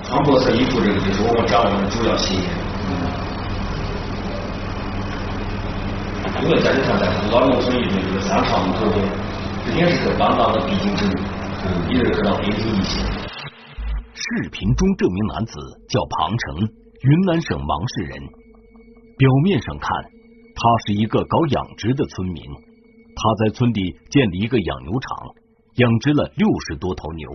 黄脖色衣服这个就是我们掌握的主要信源。因为在这上在老农村一对这个三岔路口边，这也是个邦党的必经之路，也是可到边境一线。 视频中这名男子叫庞成，云南省芒市人。表面上看，他是一个搞养殖的村民，他在村里建立一个养牛场，养殖了60多头牛。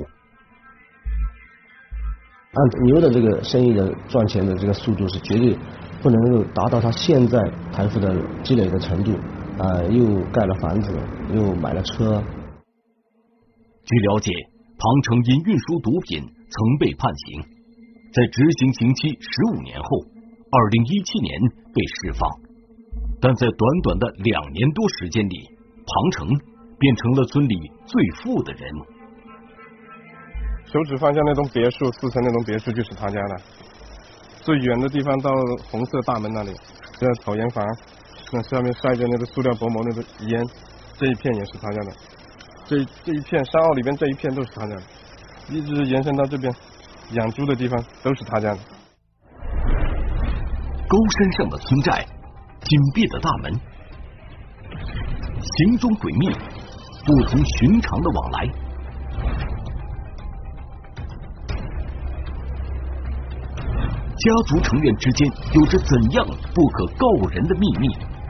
按牛的这个生意的赚钱的这个速度是绝对不能够达到他现在财富的积累的程度又盖了房子，又买了车。 据了解，庞成因运输毒品曾被判刑，在执行刑期15年后，2017年被释放，但在短短的2年多时间里，庞成变成了村里最富的人。 手指方向那栋别墅，4层那栋别墅就是他家的。最远的地方到红色大门那里，这草烟房，那下面晒着那个塑料薄膜那个烟，这一片也是他家的。这一片山坳里边这一片都是他家的，一直延伸到这边养猪的地方都是他家的。 高山上的村寨，紧闭的大门，行踪诡秘，不同寻常的往来。家族成员之间有着怎样不可告人的秘密？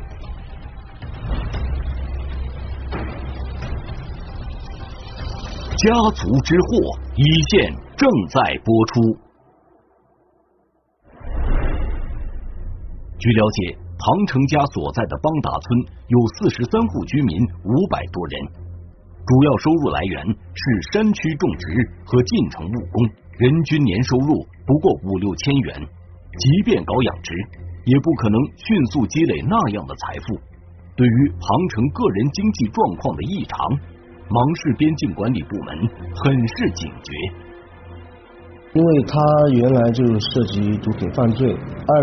家族之祸一线正在播出。据了解，庞成家所在的邦达村有43户居民，500多人，主要收入来源是山区种植和进城务工，人均年收入不过5、6千元。即便搞养殖，也不可能迅速积累那样的财富。对于庞成个人经济状况的异常，芒市边境管理部门很是警觉。 因为他原来就涉及毒品犯罪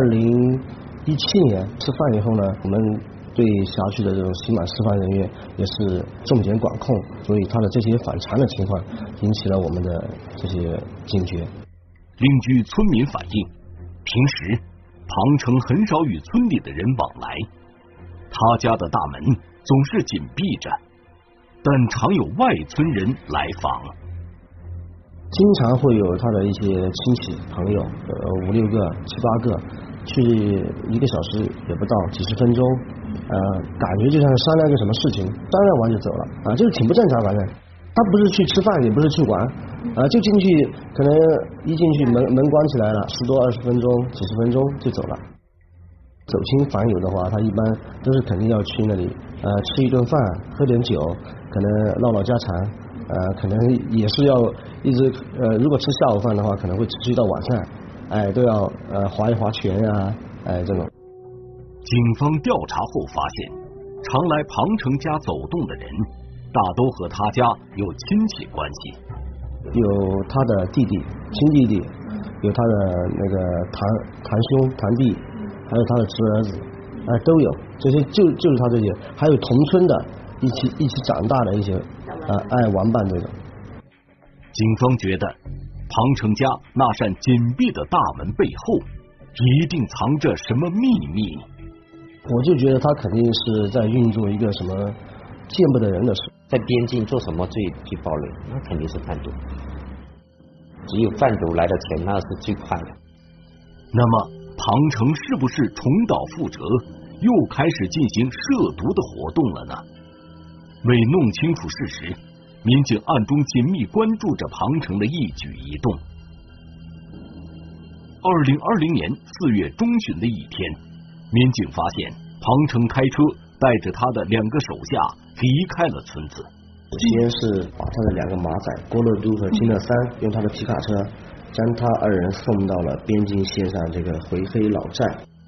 ，2017年释放以后呢，我们对辖区的这种刑满释放人员也是重点管控，所以他的这些反常的情况引起了我们的这些警觉。 另据村民反映，平时庞成很少与村里的人往来，他家的大门总是紧闭着，但常有外村人来访。 经常会有他的一些亲戚朋友，5、6个、7、8个，去1个小时也不到，几十分钟，感觉就像商量个什么事情，商量完就走了，就是挺不正常。反正他不是去吃饭，也不是去玩，就进去，可能一进去门关起来了，10多20分钟、几十分钟就走了。走亲访友的话，他一般都是肯定要去那里吃一顿饭，喝点酒，可能唠唠家常，可能也是要一直如果吃下午饭的话，可能会持续到晚上，都要划一划拳呀，这种。 警方调查后发现，常来庞成家走动的人，大都和他家有亲戚关系， 有他的弟弟、亲弟弟，有他的那个堂兄、堂弟，还有他的侄儿子，都有。这些就是他这些，还有同村的一起长大的一些爱玩伴这种。 警方觉得庞成家那扇紧闭的大门背后，一定藏着什么秘密。 我就觉得他肯定是在运作一个什么见不得人的事。 在边境做什么最暴利？那肯定是贩毒。只有贩毒来的钱，那是最快的。 那么庞成是不是重蹈覆辙，又开始进行涉毒的活动了呢？为弄清楚事实，民警暗中紧密关注着庞成的一举一动。2020年4月中旬的一天，民警发现庞成开车带着他的2个手下离开了村子。 先是把他的2个马仔郭乐都和金乐三用他的皮卡车将他2人送到了边境线上这个回黑老寨。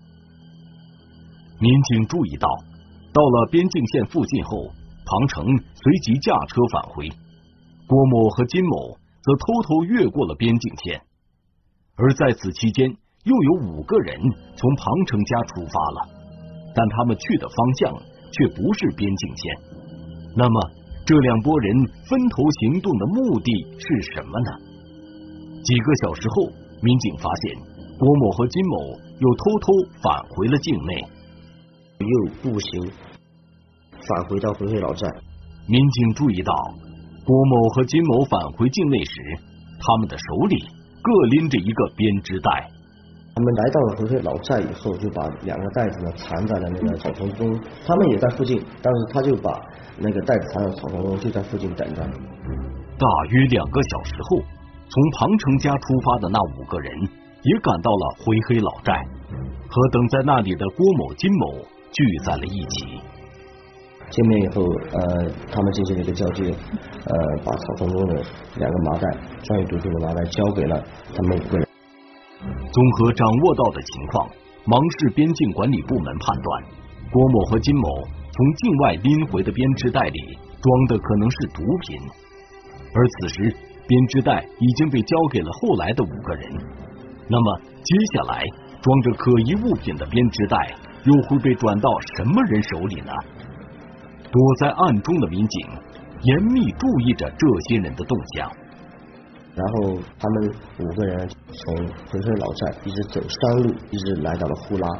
民警注意到，到了边境线附近后，庞成随即驾车返回，郭某和金某则偷偷越过了边境线。而在此期间，又有5个人从庞成家出发了，但他们去的方向却不是边境线。那么这2拨人分头行动的目的是什么呢？几个小时后， 民警发现郭某和金某又偷偷返回了境内， 又步行返回到回回老寨。 民警注意到郭某和金某返回境内时，他们的手里各拎着一个编织袋。 他们来到了回回老寨以后，就把2个袋子呢藏在了那个草丛中。他们也在附近，但是他就把那个袋子藏在草丛中，就在附近等着。 大约2个小时后，从庞成家出发的那5个人也赶到了回黑老寨，和等在那里的郭某、金某聚在了一起。 见面以后，他们进行了一个交接，把草丛中的2个麻袋装有毒品的麻袋交给了他们5个人。 综合掌握到的情况，芒市边境管理部门判断，郭某和金某从境外拎回的编织袋里装的可能是毒品，而此时编织袋已经被交给了后来的5个人。那么接下来装着可疑物品的编织袋又会被转到什么人手里呢？躲在暗中的民警严密注意着这些人的动向。 然后他们5个人从回回老寨一直走山路，一直来到了呼拉。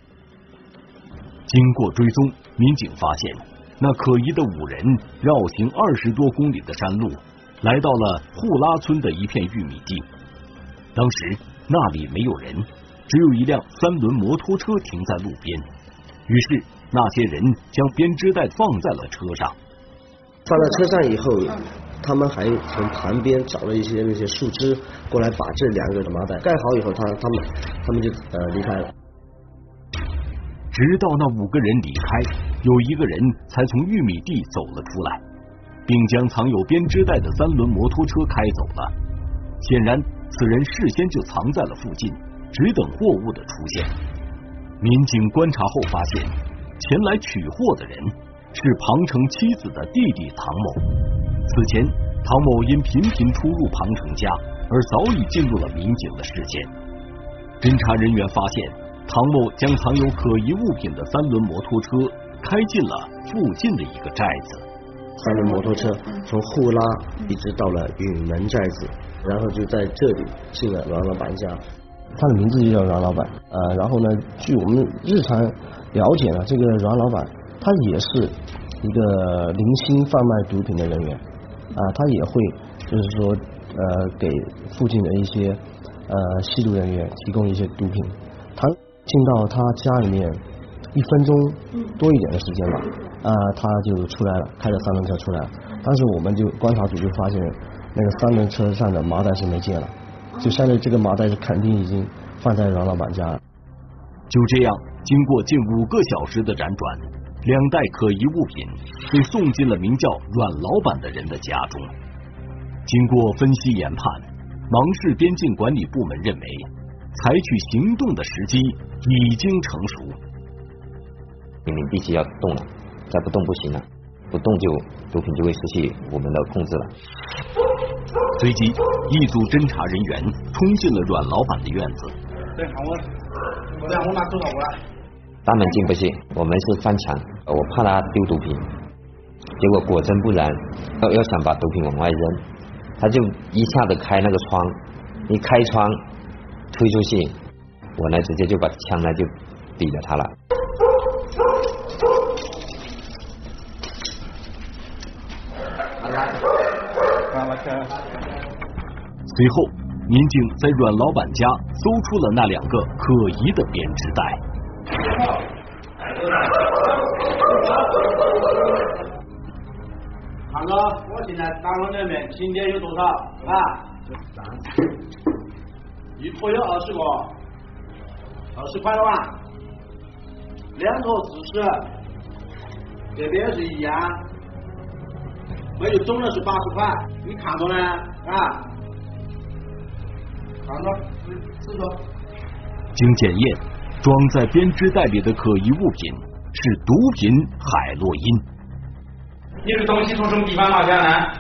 经过追踪，民警发现那可疑的5人绕行20多公里的山路，来到了呼拉村的一片玉米地。当时那里没有人，只有一辆3轮摩托车停在路边。于是那些人将编织袋放在了车上。 放在车上以后，他们还从旁边找了一些那些树枝过来，把这2个的麻袋盖好以后，他们就离开了。 直到那5个人离开，有1个人才从玉米地走了出来，并将藏有编织袋的3轮摩托车开走了。显然此人事先就藏在了附近，只等货物的出现。民警观察后发现，前来取货的人是庞成妻子的弟弟唐某。此前唐某因频频出入庞成家而早已进入了民警的视线。侦查人员发现，唐某将藏有可疑物品的3轮摩托车开进了附近的一个寨子。 3轮摩托车从呼拉一直到了允门寨子，然后就在这里进了阮老板家。他的名字就叫阮老板。然后呢，据我们日常了解呢，这个阮老板他也是一个零星贩卖毒品的人员。他也会就是说给附近的一些吸毒人员提供一些毒品。他进到他家里面1分钟多一点的时间吧，他就出来了，开着3轮车出来了。当时我们就观察组就发现那个3轮车上的麻袋是没见了，就相当于这个麻袋是肯定已经放在阮老板家了。 就这样，经过近5个小时的辗转，2袋可疑物品被送进了名叫阮老板的人的家中。经过分析研判，芒市边境管理部门认为，采取行动的时机已经成熟。 你们必须要动了，再不动不行了，不动就毒品就会失去我们的控制了。 随即，一组侦查人员冲进了阮老板的院子。 我拿手套过来。 大门进不去，我们是翻墙，我怕他丢毒品，结果果真不然，要想把毒品往外扔，他就一下子开那个窗，一开窗推出去，我呢直接就把枪呢就抵着他了。 随后，民警在阮老板家搜出了那2个可疑的编织袋。 唐哥，我现在打工里面请柬有多少啊？一坨有20个，20块了吧？2坨40，这边是一样，没有总的是80块，你看着呢啊？看着，40个。 经检验，装在编织袋里的可疑物品是毒品海洛因。 你这东西从什么地方拿下来？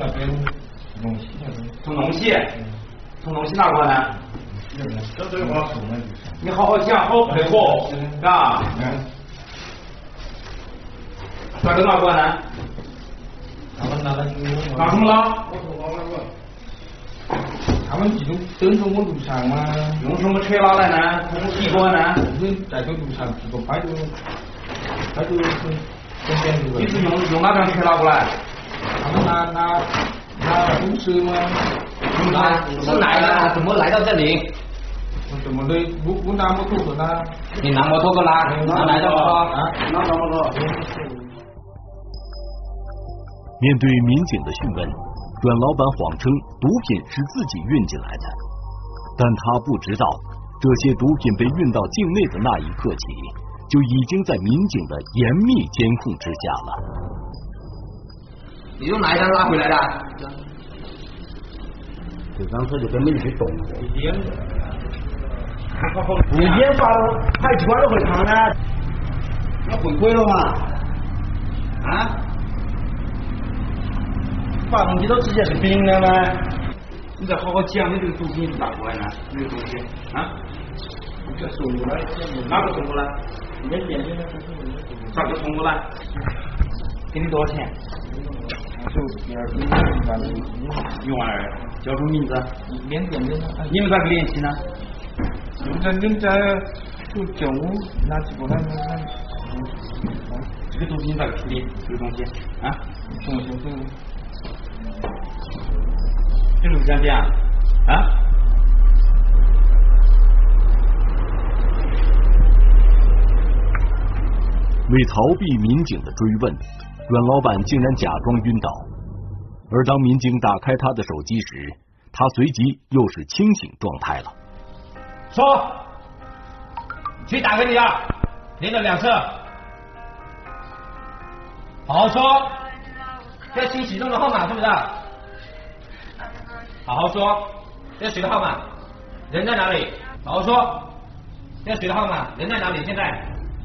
从龙溪，从龙溪拿过来。你好好讲，好好配合，啊。把这拿过来。拿什么了？ 他们这种登从我路上嘛， 用什么车拉来呢？用皮过呢？ 我们在这路上这个摆着身边这个。 你是用哪辆车拉过来？ 他们拿公车吗？ 是来的，怎么来到这里？ 怎么的？我拿摩托过来。 你拿摩托过来，拿来的摩托啊？ 拿摩托。 面对民警的讯问，阮老板谎称毒品是自己运进来的，但他不知道，这些毒品被运到境内的那一刻起，就已经在民警的严密监控之下了。 你用哪一辆拉回来的？ 这张车就根本就去动了。 你研发了，排气管都会烫呢， 那会亏了嘛？啊？发动机都直接是冰的吗？ 你再好好讲，你这个毒品是哪过来呢？这个东西啊？ 这送过来， 哪个送过来？咋个送过来？给你多少钱？1万2，叫什么名字？ 缅甸的。 你们咋个联系呢？ 人家就叫我拿这个来。 这个毒品咋个处理？这个东西啊？这是讲讲啊？ 为逃避民警的追问，阮老板竟然假装晕倒。而当民警打开他的手机时，他随即又是清醒状态了。 说，谁打给你的？连着2次，好好说。这新启动的号码是不是？好好说，这谁的号码？人在哪里？好好说，这谁的号码？人在哪里？现在。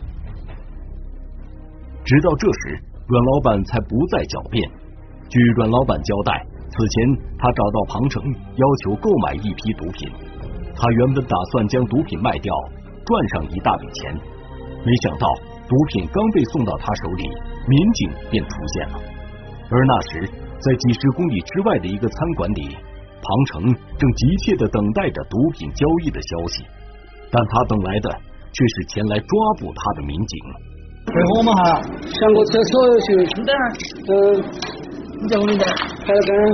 直到这时，阮老板才不再狡辩。据阮老板交代，此前他找到庞成，要求购买一批毒品。他原本打算将毒品卖掉，赚上一大笔钱，没想到毒品刚被送到他手里，民警便出现了。而那时，在几十公里之外的一个餐馆里，庞成正急切地等待着毒品交易的消息，但他等来的却是前来抓捕他的民警。 我们哈上过厕所去，你在我里面还要跟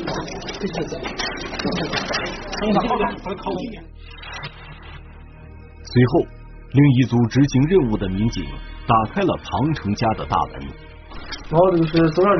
随后，另一组执行任务的民警打开了庞成家的大门。 这个是搜查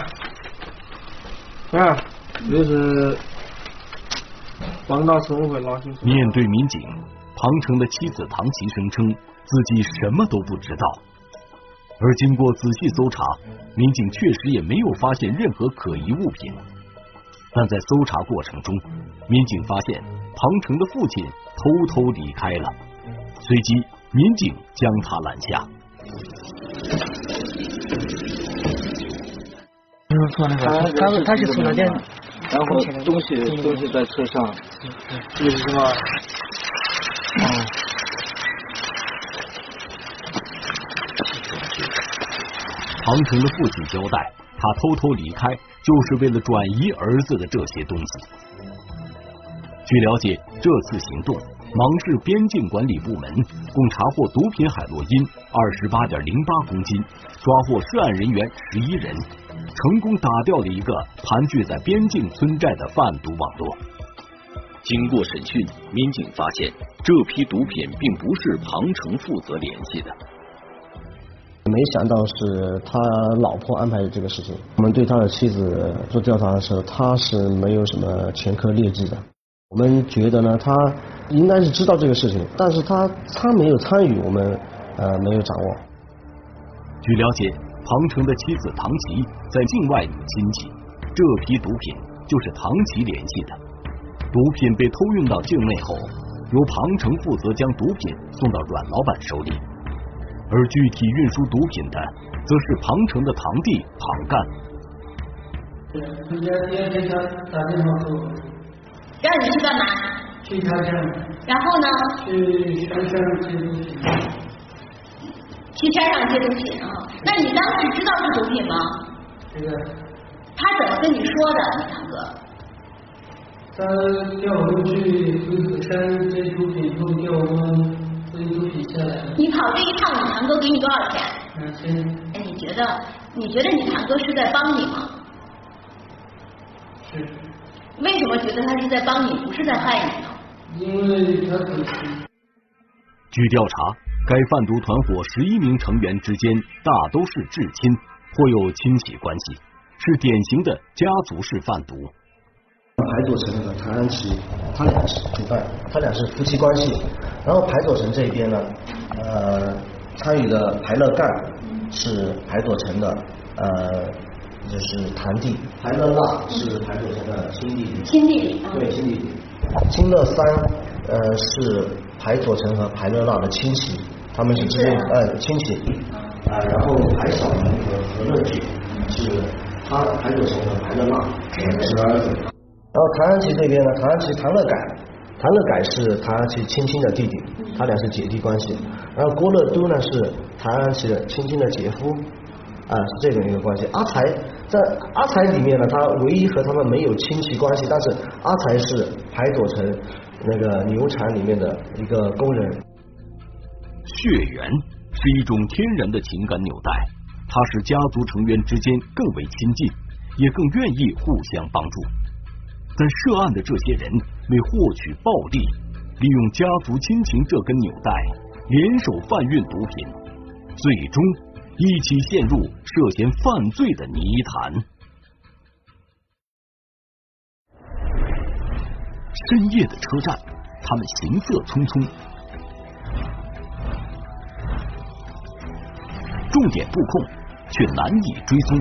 证啊，这是帮到生活会老清楚。 面对民警，庞成的妻子唐琪声称自己什么都不知道。而经过仔细搜查，民警确实也没有发现任何可疑物品。但在搜查过程中，民警发现庞成的父亲偷偷离开了，随即民警将他拦下。 他是从哪边？ 然后东西在车上，这是什么？ 庞成的父亲交代，他偷偷离开就是为了转移儿子的这些东西。据了解，这次行动，芒市边境管理部门共查获毒品海洛因28.08公斤，抓获涉案人员11人，成功打掉了一个盘踞在边境村寨的贩毒网络。经过审讯，民警发现这批毒品并不是庞成负责联系的。 没想到是他老婆安排的这个事情。我们对他的妻子做调查的时候，他是没有什么前科劣迹的。我们觉得呢，他应该是知道这个事情，但是他没有参与，我们没有掌握。 据了解，庞成的妻子唐琪在境外有亲戚，这批毒品就是唐琪联系的。毒品被偷运到境内后，由庞成负责将毒品送到阮老板手里。而具体运输毒品的，则是庞成的堂弟庞干。 让你去干嘛？ 去开枪。 然后呢？ 去山上接毒品。 去山上接毒品啊？那你当时知道是毒品吗？ 知道。 他怎么跟你说的，你堂哥？ 他叫我们去河山追毒品，后叫我们追毒品下来。 你跑这一趟，你堂哥给你多少钱 ？2000。 哎，你觉得你堂哥是在帮你吗？ 是。 为什么觉得他是在帮你，不是在害你呢？ 因为他可惜。 据调查，该贩毒团伙11名成员之间大都是至亲或有亲戚关系，是典型的家族式贩毒。 排左成和谭安琪，他俩是主办，他俩是夫妻关系。然后排左成这边呢，参与的排乐干是排左成的就是堂弟，排乐辣是排左成的亲弟弟。 亲弟弟。 对，亲弟弟。金乐三是排左成和排乐辣的亲戚，他们是之间亲戚。然后排小明和何乐举是他排左成和排乐辣是儿子。然后谭安琪这边呢，谭乐改是谭安琪亲亲的弟弟，他俩是姐弟关系。然后郭乐都呢是谭安琪的亲亲的姐夫，是这种一个关系。阿才在阿才里面呢，他唯一和他们没有亲戚关系，但是阿才是排左成那个牛场里面的一个工人。 血缘是一种天然的情感纽带，它使家族成员之间更为亲近，也更愿意互相帮助。但涉案的这些人为获取暴利，利用家族亲情这根纽带，联手贩运毒品，最终一起陷入涉嫌犯罪的泥潭。深夜的车站，他们行色匆匆，重点布控却难以追踪。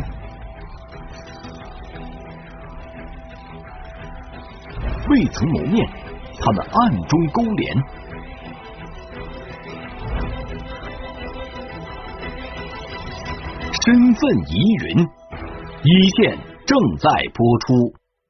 未曾谋面，他们暗中勾连。身份疑云，一线正在播出。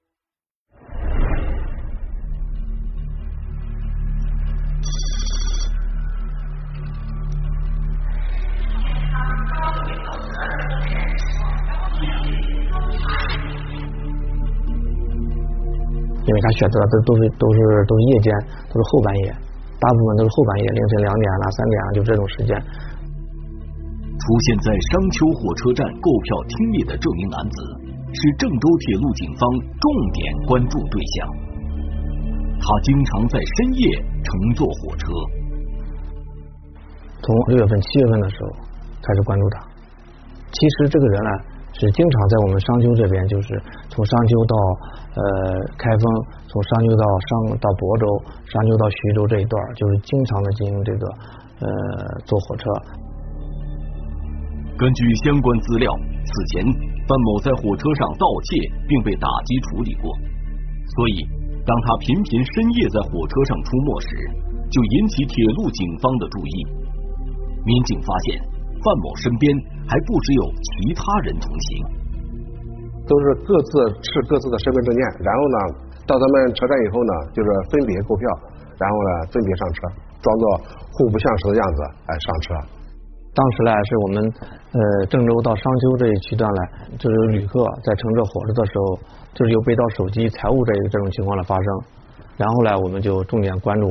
因为他选择的都是夜间，都是后半夜，大部分都是后半夜，凌晨2点了、3点了，就这种时间。 出现在商丘火车站购票厅里的这名男子，是郑州铁路警方重点关注对象。他经常在深夜乘坐火车。 从6月份、7月份的时候开始关注他。其实这个人呢，是经常在我们商丘这边，就是从商丘到开封，从商丘到亳州，商丘到徐州这一段，就是经常的进行这个坐火车。 根据相关资料，此前范某在火车上盗窃并被打击处理过，所以当他频频深夜在火车上出没时，就引起铁路警方的注意。民警发现范某身边还不只有其他人同行， 都是各自持各自的身份证件，然后呢到咱们车站以后呢，就是分别购票，然后呢分别上车，装作互不相识的样子上车。 当时呢是我们郑州到商丘这一区段呢，就是有旅客在乘着火车的时候，就是有被盗手机、财物这种情况的发生，然后呢我们就重点关注。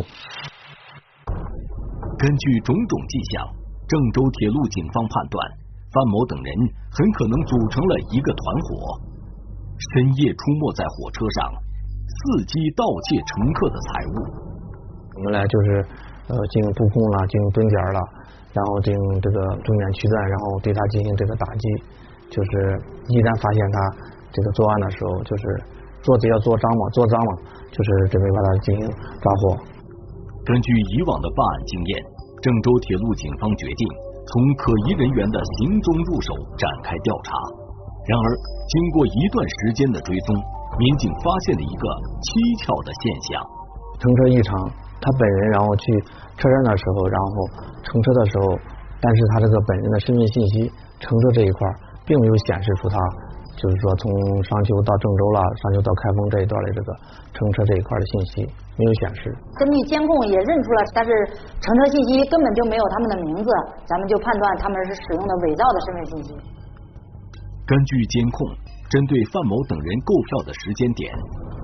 根据种种迹象，郑州铁路警方判断，范某等人很可能组成了一个团伙，深夜出没在火车上，伺机盗窃乘客的财物。 我们呢就是进行布控了，进行蹲点了，然后进行这个重点区段，然后对他进行这个打击。就是一旦发现他这个作案的时候，就是做贼要做赃嘛，就是准备把他进行抓获。 根据以往的办案经验，郑州铁路警方决定从可疑人员的行踪入手展开调查。然而，经过一段时间的追踪，民警发现了一个蹊跷的现象： 乘车异常，他本人然后去车站的时候，然后乘车的时候，但是他这个本人的身份信息，乘车这一块并没有显示出他就是说从商丘到郑州了，商丘到开封这一段的这个乘车这一块的信息没有显示。 根据监控也认出了，但是乘车信息根本就没有他们的名字，咱们就判断他们是使用的伪造的身份信息。 根据监控，针对范某等人购票的时间点，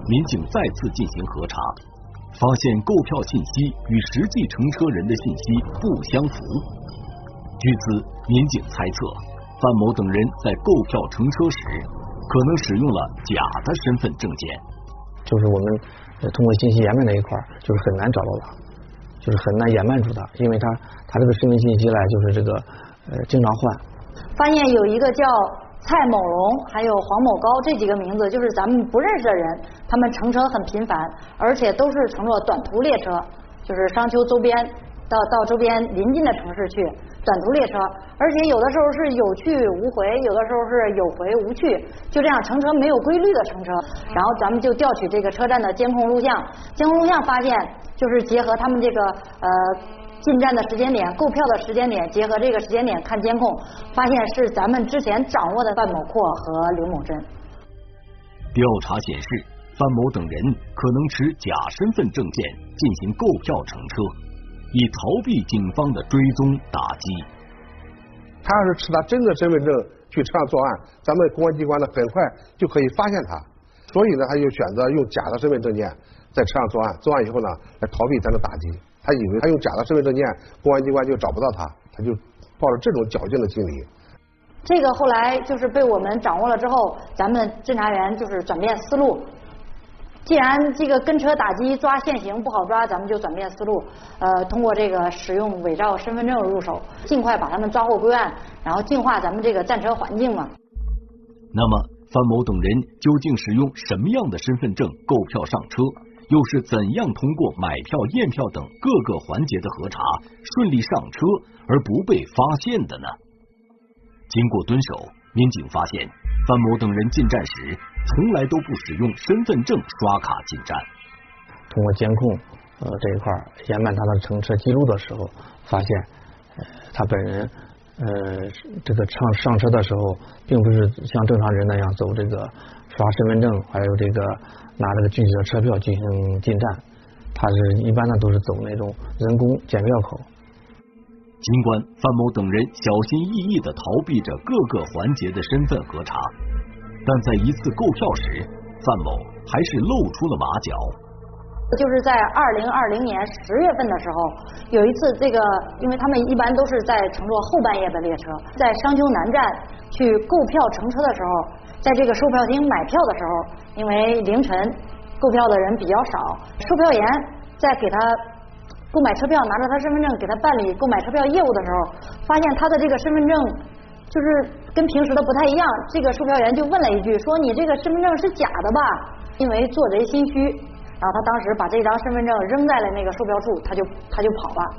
民警再次进行核查，发现购票信息与实际乘车人的信息不相符。据此，民警猜测范某等人在购票乘车时，可能使用了假的身份证件。 就是我们通过信息延慢这一块，就是很难找到他，就是很难掩瞒住他，因为他这个身份信息呢，就是这个经常换。 发现有一个叫蔡某龙还有黄某高这几个名字，就是咱们不认识的人，他们乘车很频繁，而且都是乘坐短途列车，就是商丘周边到周边邻近的城市去短途列车，而且有的时候是有去无回，有的时候是有回无去，就这样乘车没有规律的乘车。然后咱们就调取这个车站的监控录像，监控录像发现就是结合他们这个进站的时间点、购票的时间点，结合这个时间点看监控，发现是咱们之前掌握的范某阔和刘某珍。 调查显示，范某等人可能持假身份证件进行购票乘车，以逃避警方的追踪打击。 他要是持他真的身份证去车上作案，咱们公安机关呢很快就可以发现他，所以呢他就选择用假的身份证件在车上作案，作案以后呢来逃避咱的打击。他以为他用假的身份证件，公安机关就找不到他，他就抱着这种侥幸的心理。 这个后来就是被我们掌握了之后，咱们侦查员就是转变思路。既然这个跟车打击抓现行不好抓，咱们就转变思路，通过这个使用伪造身份证入手，尽快把他们抓获归案，然后净化咱们这个战车环境嘛。 那么范某等人究竟使用什么样的身份证购票上车？又是怎样通过买票、验票等各个环节的核查，顺利上车而不被发现的呢？经过蹲守，民警发现范某等人进站时从来都不使用身份证刷卡进站。 通过监控这一块延慢他的乘车记录的时候，发现他本人这个上车的时候，并不是像正常人那样走这个刷身份证，还有这个拿这个具体的车票进行进站，他是一般的都是走那种人工检票口。 尽管范某等人小心翼翼地逃避着各个环节的身份核查，但在一次购票时，范某还是露出了马脚。 就是在2020年10月份的时候，有一次这个，因为他们一般都是在乘坐后半夜的列车，在商丘南站去购票乘车的时候，在这个售票厅买票的时候，因为凌晨购票的人比较少，售票员在给他购买车票，拿着他身份证给他办理购买车票业务的时候，发现他的这个身份证就是跟平时的不太一样，这个售票员就问了一句，说你这个身份证是假的吧？因为做贼心虚。然后他当时把这张身份证扔在了那个售票处，他就跑了。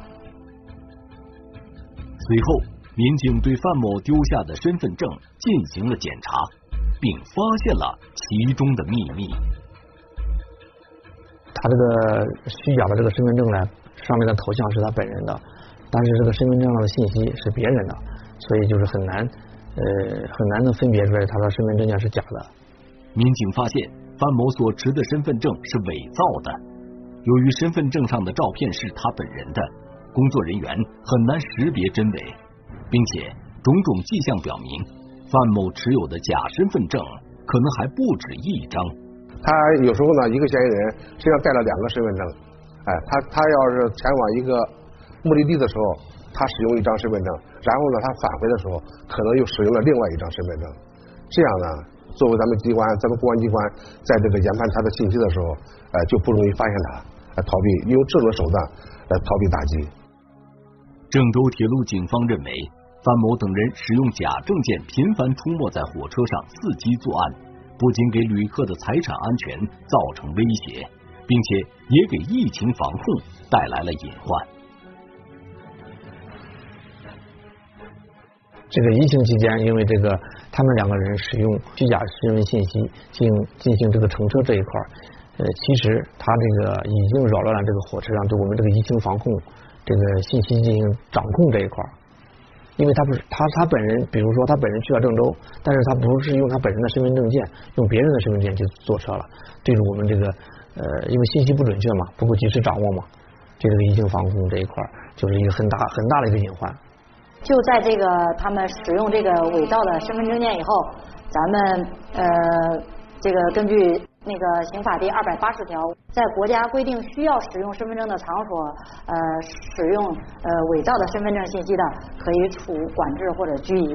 随后，民警对范某丢下的身份证进行了检查，并发现了其中的秘密。 他这个虚假的这个身份证呢，上面的头像是他本人的，但是这个身份证上的信息是别人的，所以就是很难能分别出来他的身份证件是假的。 民警发现范某所持的身份证是伪造的，由于身份证上的照片是他本人的，工作人员很难识别真伪，并且种种迹象表明，范某持有的假身份证可能还不止一张。 他有时候呢，一个嫌疑人身上带了2个身份证，他要是前往一个目的地的时候，他使用一张身份证，然后呢，他返回的时候可能又使用了另外一张身份证，这样呢，作为咱们公安机关在这个研判他的信息的时候，就不容易发现他，逃避用这种手段来逃避打击。 郑州铁路警方认为，范某等人使用假证件频繁出没在火车上伺机作案，不仅给旅客的财产安全造成威胁，并且也给疫情防控带来了隐患。 这个疫情期间，因为这个他们2个人使用虚假身份信息进行这个乘车这一块，其实他这个已经扰乱了这个火车上对我们这个疫情防控这个信息进行掌控这一块。因为他不是他本人，比如说他本人去了郑州，但是他不是用他本人的身份证件，用别人的身份证去坐车了，对着我们这个因为信息不准确嘛，不够及时掌握嘛，这个疫情防控这一块就是一个很大的一个隐患。 就在这个他们使用这个伪造的身份证件以后，咱们这个根据那个刑法第280条，在国家规定需要使用身份证的场所，使用伪造的身份证信息的，可以处管制或者拘役。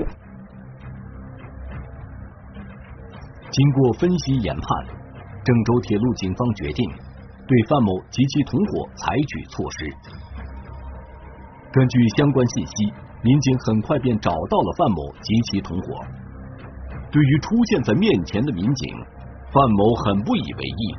经过分析研判，郑州铁路警方决定对范某及其同伙采取措施。根据相关信息，民警很快便找到了范某及其同伙。对于出现在面前的民警，范某很不以为意。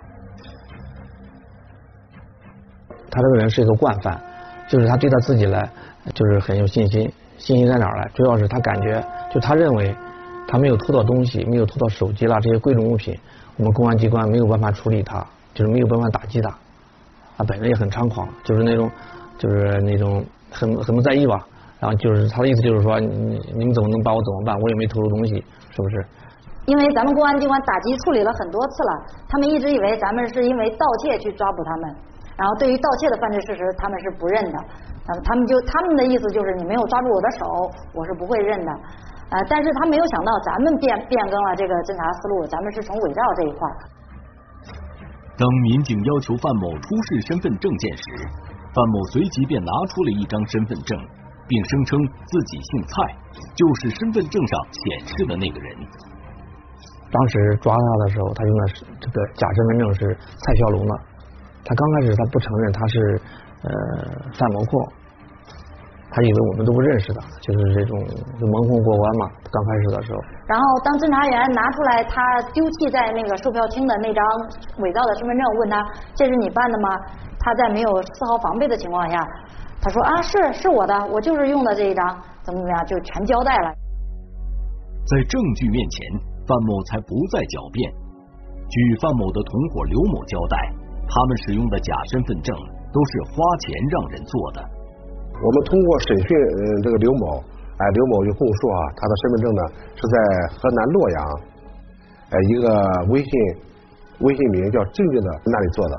他这个人是一个惯犯，就是他对他自己来就是很有信心。信心在哪儿来？主要是他感觉，就他认为他没有偷到东西，没有偷到手机啦这些贵重物品，我们公安机关没有办法处理他，就是没有办法打击他。他本人也很猖狂，就是那种很不在意吧。然后就是他的意思就是说，你们怎么能把我怎么办？我也没偷着东西，是不是？ 因为咱们公安机关打击处理了很多次了，他们一直以为咱们是因为盗窃去抓捕他们，然后对于盗窃的犯罪事实他们是不认的，他们的意思就是你没有抓住我的手，我是不会认的。但是他没有想到咱们变更了这个侦查思路，咱们是从伪造这一块。 当民警要求范某出示身份证件时，范某随即便拿出了一张身份证，并声称自己姓蔡，就是身份证上显示的那个人。 当时抓他的时候，他用的这个假身份证是蔡小龙的。他刚开始他不承认他是范某阔，他以为我们都不认识的，就是这种就蒙混过关嘛。刚开始的时候， 然后当侦查员拿出来他丢弃在那个售票厅的那张伪造的身份证，问他这是你办的吗？他在没有丝毫防备的情况下，他说啊是我的，我就是用的这一张，怎么样，就全交代了。 在证据面前，范某才不再狡辩。据范某的同伙刘某交代，他们使用的假身份证都是花钱让人做的。 我们通过审讯这个刘某，刘某就供述他的身份证呢是在河南洛阳，一个微信名叫静静的那里做的。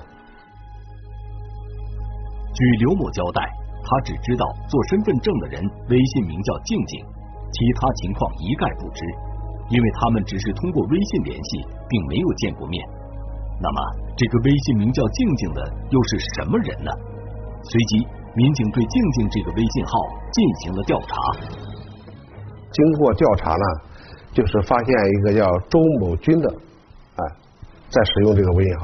据刘某交代，他只知道做身份证的人微信名叫静静，其他情况一概不知，因为他们只是通过微信联系，并没有见过面。那么这个微信名叫静静的又是什么人呢？随即民警对静静这个微信号进行了调查。 经过调查呢，就是发现一个叫周某军的在使用这个微信号。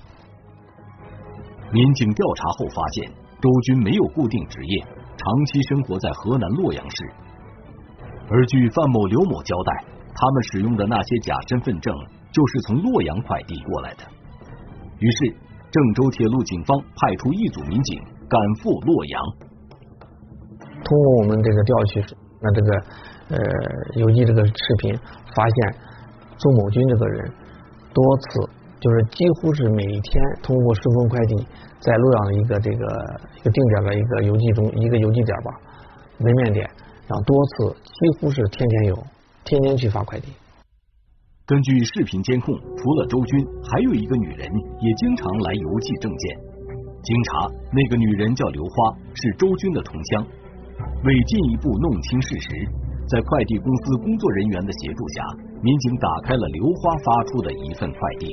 民警调查后发现，周军没有固定职业，长期生活在河南洛阳市。而据范某、刘某交代，他们使用的那些假身份证就是从洛阳快递过来的。于是郑州铁路警方派出一组民警赶赴洛阳。 通过我们这个调取，那这个邮寄这个视频，发现周某军这个人多次就是几乎是每天通过顺丰快递在洛阳的一个定点的一个邮寄点吧，门面点，然后多次几乎是天天去发快递。 根据视频监控，除了周军，还有一个女人也经常来邮寄证件。经查，那个女人叫刘花，是周军的同乡。为进一步弄清事实，在快递公司工作人员的协助下，民警打开了刘花发出的一份快递。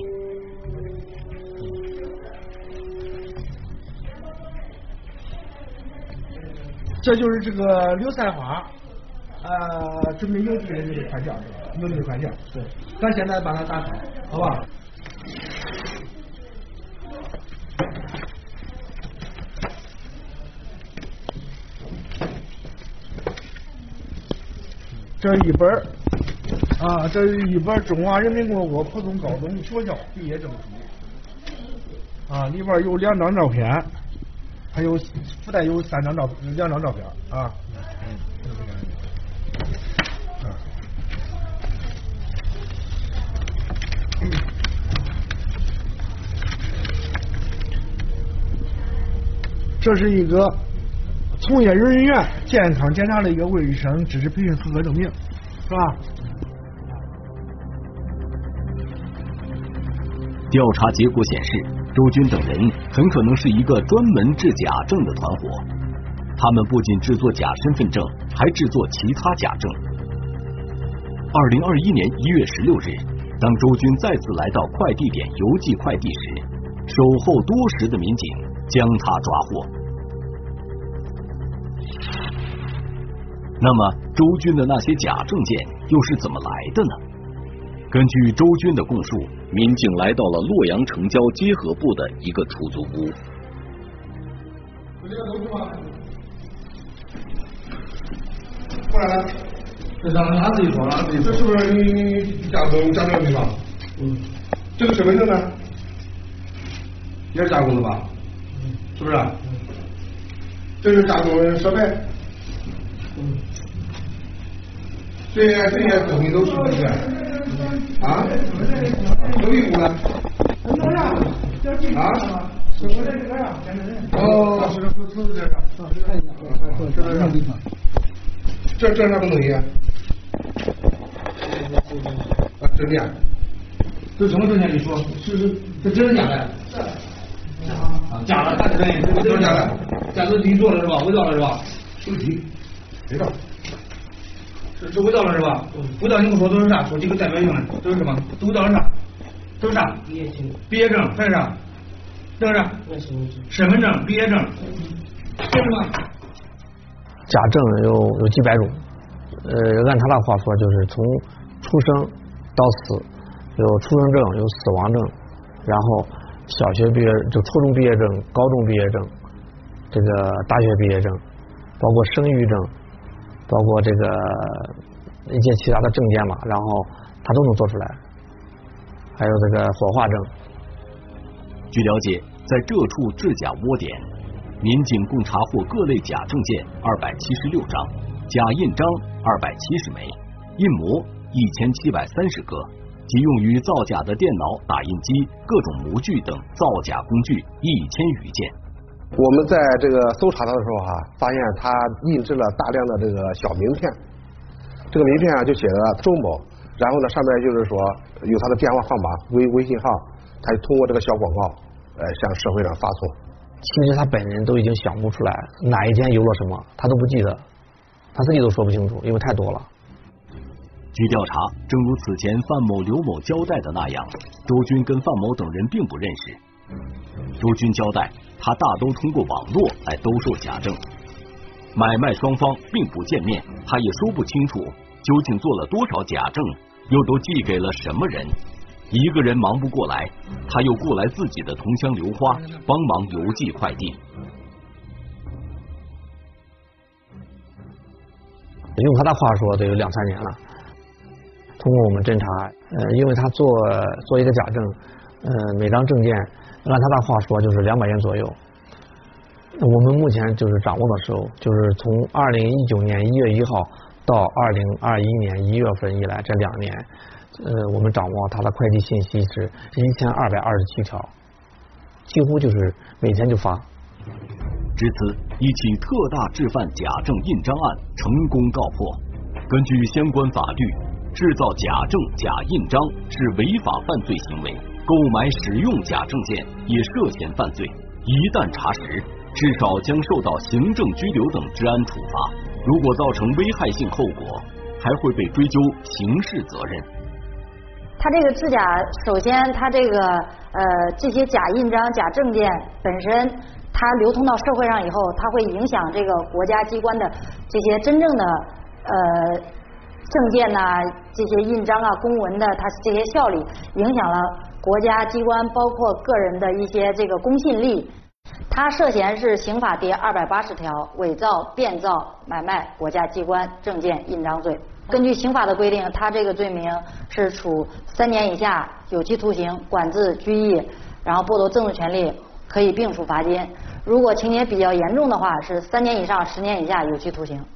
这就是这个刘三花准备邮寄的这个快件，邮递的快件。对，咱现在把它打开，好吧？这是一本这是一本中华人民共和国普通高中学校毕业证书里边有2张照片，还有附带有2张照片这是一个从业人员健康检查的一个卫生知识培训合格证明，是吧？ 调查结果显示，周军等人很可能是一个专门制假证的团伙。他们不仅制作假身份证，还制作其他假证。2021年1月16日， 当周军再次来到快递点邮寄快递时，守候多时的民警将他抓获。那么周军的那些假证件又是怎么来的呢？根据周军的供述，民警来到了洛阳城郊结合部的一个出租屋。 过来了，这让他自己说，这是不是你加工的地方？这个身份证呢？也是加工的吧？是不是？这是加工的设备。这些东西都是不是？啊？都一股了。啊？哦，是这啥东西？证件。这什么证件？你说是这真是假的？假的，假的，这是假的，假的你做了是吧？伪造了是吧？手机，伪造，是伪造了是吧？伪造你给我说都是啥？说几个代表性的，都是什么？都伪造了啥？都是啥？毕业证，还有啥？这是身份证、毕业证，这是吗？ 假证有几百种，按他的话说，就是从出生到死，有出生证，有死亡证，然后小学毕业就初中毕业证、高中毕业证，这个大学毕业证，包括生育证，包括这个一些其他的证件嘛，然后他都能做出来，还有这个火化证。 据了解，在这处制假窝点，民警共查获各类假证件276张，假印章270枚，印模1730个，及用于造假的电脑、打印机、各种模具等造假工具1000余件。 我们在这个搜查他的时候发现他印制了大量的这个小名片，这个名片就写了周某，然后呢上面就是说有他的电话号码、微信号，他通过这个小广告向社会上发送。 其实他本人都已经想不出来哪一天有了什么，他都不记得，他自己都说不清楚，因为太多了。 据调查，正如此前范某、刘某交代的那样，周军跟范某等人并不认识。周军交代，他大都通过网络来兜售假证，买卖双方并不见面，他也说不清楚究竟做了多少假证，又都寄给了什么人。一个人忙不过来，他又雇来自己的同乡刘花帮忙邮寄快递。 用他的话说，得有2-3年了。通过我们侦查，因为他做一个假证，每张证件按他的话说就是200元左右。我们目前就是掌握的时候，就是从2019年1月1号到2021年1月份以来这2年，我们掌握他的快递信息是1227条，几乎就是每天就发。 至此，一起特大制贩假证印章案成功告破。根据相关法律，制造假证、假印章是违法犯罪行为，购买、使用假证件也涉嫌犯罪。一旦查实，至少将受到行政拘留等治安处罚。如果造成危害性后果，还会被追究刑事责任。 他这个制假，首先他这个这些假印章、假证件本身，它流通到社会上以后，它会影响这个国家机关的这些真正的证件呐、这些印章啊、公文的，它这些效力，影响了国家机关包括个人的一些这个公信力。他涉嫌是刑法第280条伪造、变造、买卖国家机关证件、印章罪。根据刑法的规定，他这个罪名是处3年以下有期徒刑、管制、拘役，然后剥夺政治权利，可以并处罚金。如果情节比较严重的话，是3年以上10年以下有期徒刑。